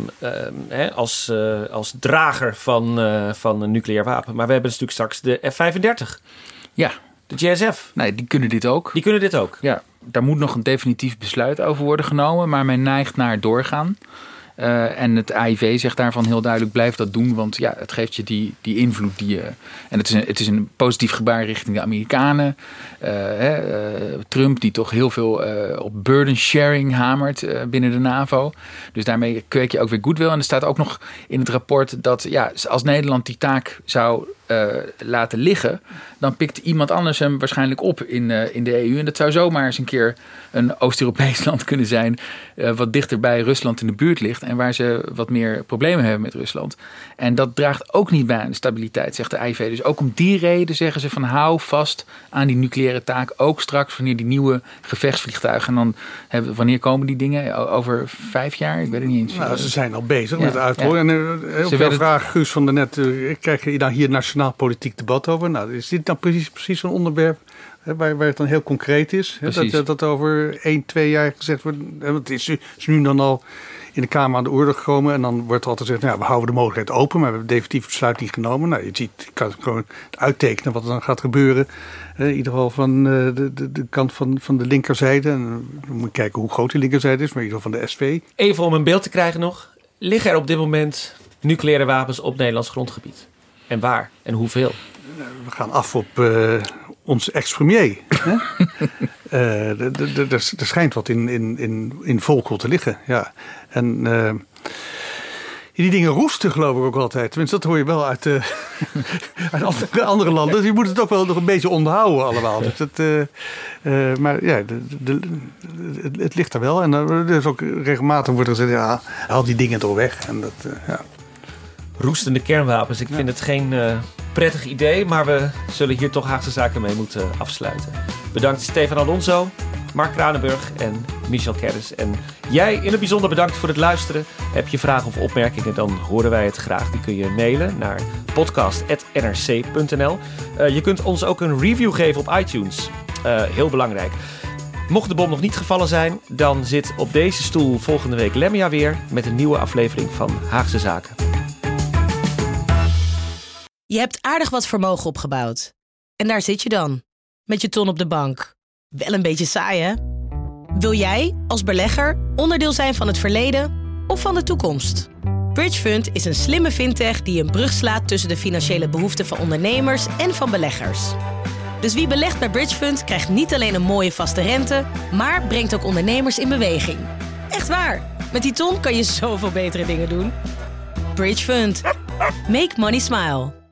als drager van een nucleair wapen. Maar we hebben natuurlijk straks de F-35.
Ja.
De JSF.
Nee, die kunnen dit ook.
Die kunnen dit ook?
Ja, daar moet nog een definitief besluit over worden genomen. Maar men neigt naar doorgaan. En het AIV zegt daarvan heel duidelijk, blijf dat doen. Want ja, het geeft je die invloed die je... En het is een positief gebaar richting de Amerikanen. Trump die toch heel veel op burden sharing hamert binnen de NAVO. Dus daarmee kweek je ook weer goodwill. En er staat ook nog in het rapport dat als Nederland die taak zou laten liggen, dan pikt iemand anders hem waarschijnlijk op in de EU. En dat zou zomaar eens een keer een Oost-Europees land kunnen zijn, wat dichter bij Rusland in de buurt ligt en waar ze wat meer problemen hebben met Rusland. En dat draagt ook niet bij aan de stabiliteit, zegt de AIV. Dus ook om die reden zeggen ze van hou vast aan die nucleaire taak, ook straks wanneer die nieuwe gevechtsvliegtuigen, en dan wanneer komen die dingen? Over 5 jaar? Ik weet het niet eens.
Nou, ze zijn al bezig met het uitrollen. Ja. En op jouw vraag, Guus van der Net, krijg je daar hier nationaal politiek debat over? Nou, is dit dan precies zo'n onderwerp waar het dan heel concreet is? Dat over 1-2 jaar gezegd wordt. Het is nu dan al in de Kamer aan de orde gekomen. En dan wordt er altijd gezegd, we houden de mogelijkheid open. Maar we hebben definitief besluit niet genomen. Nou, je ziet, je kan gewoon uittekenen wat er dan gaat gebeuren. In ieder geval van de kant van de linkerzijde. En dan moet je kijken hoe groot die linkerzijde is. Maar in ieder geval van de SV.
Even om een beeld te krijgen nog. Liggen er op dit moment nucleaire wapens op Nederlands grondgebied? En waar? En hoeveel?
We gaan af op onze ex-premier. Er schijnt wat in Volkel te liggen. Ja. En die dingen roesten geloof ik ook altijd. Tenminste, dat hoor je wel uit andere landen. Dus je moet het ook wel nog een beetje onderhouden allemaal. Dus maar ja, het ligt er wel. En er is ook regelmatig wordt er gezegd, haal die dingen toch weg. En dat,
roestende kernwapens. Ik vind het geen prettig idee, maar we zullen hier toch Haagse Zaken mee moeten afsluiten. Bedankt Stefan Alonso, Mark Kranenburg en Michel Kerris. En jij in het bijzonder bedankt voor het luisteren. Heb je vragen of opmerkingen, dan horen wij het graag. Die kun je mailen naar podcast@nrc.nl. Je kunt ons ook een review geven op iTunes. Heel belangrijk. Mocht de bom nog niet gevallen zijn, dan zit op deze stoel volgende week Lemia weer met een nieuwe aflevering van Haagse Zaken.
Je hebt aardig wat vermogen opgebouwd. En daar zit je dan, met je ton op de bank. Wel een beetje saai, hè? Wil jij, als belegger, onderdeel zijn van het verleden of van de toekomst? Bridgefund is een slimme fintech die een brug slaat tussen de financiële behoeften van ondernemers en van beleggers. Dus wie belegt bij Bridgefund krijgt niet alleen een mooie vaste rente, maar brengt ook ondernemers in beweging. Echt waar, met die ton kan je zoveel betere dingen doen. Bridgefund. Make money smile.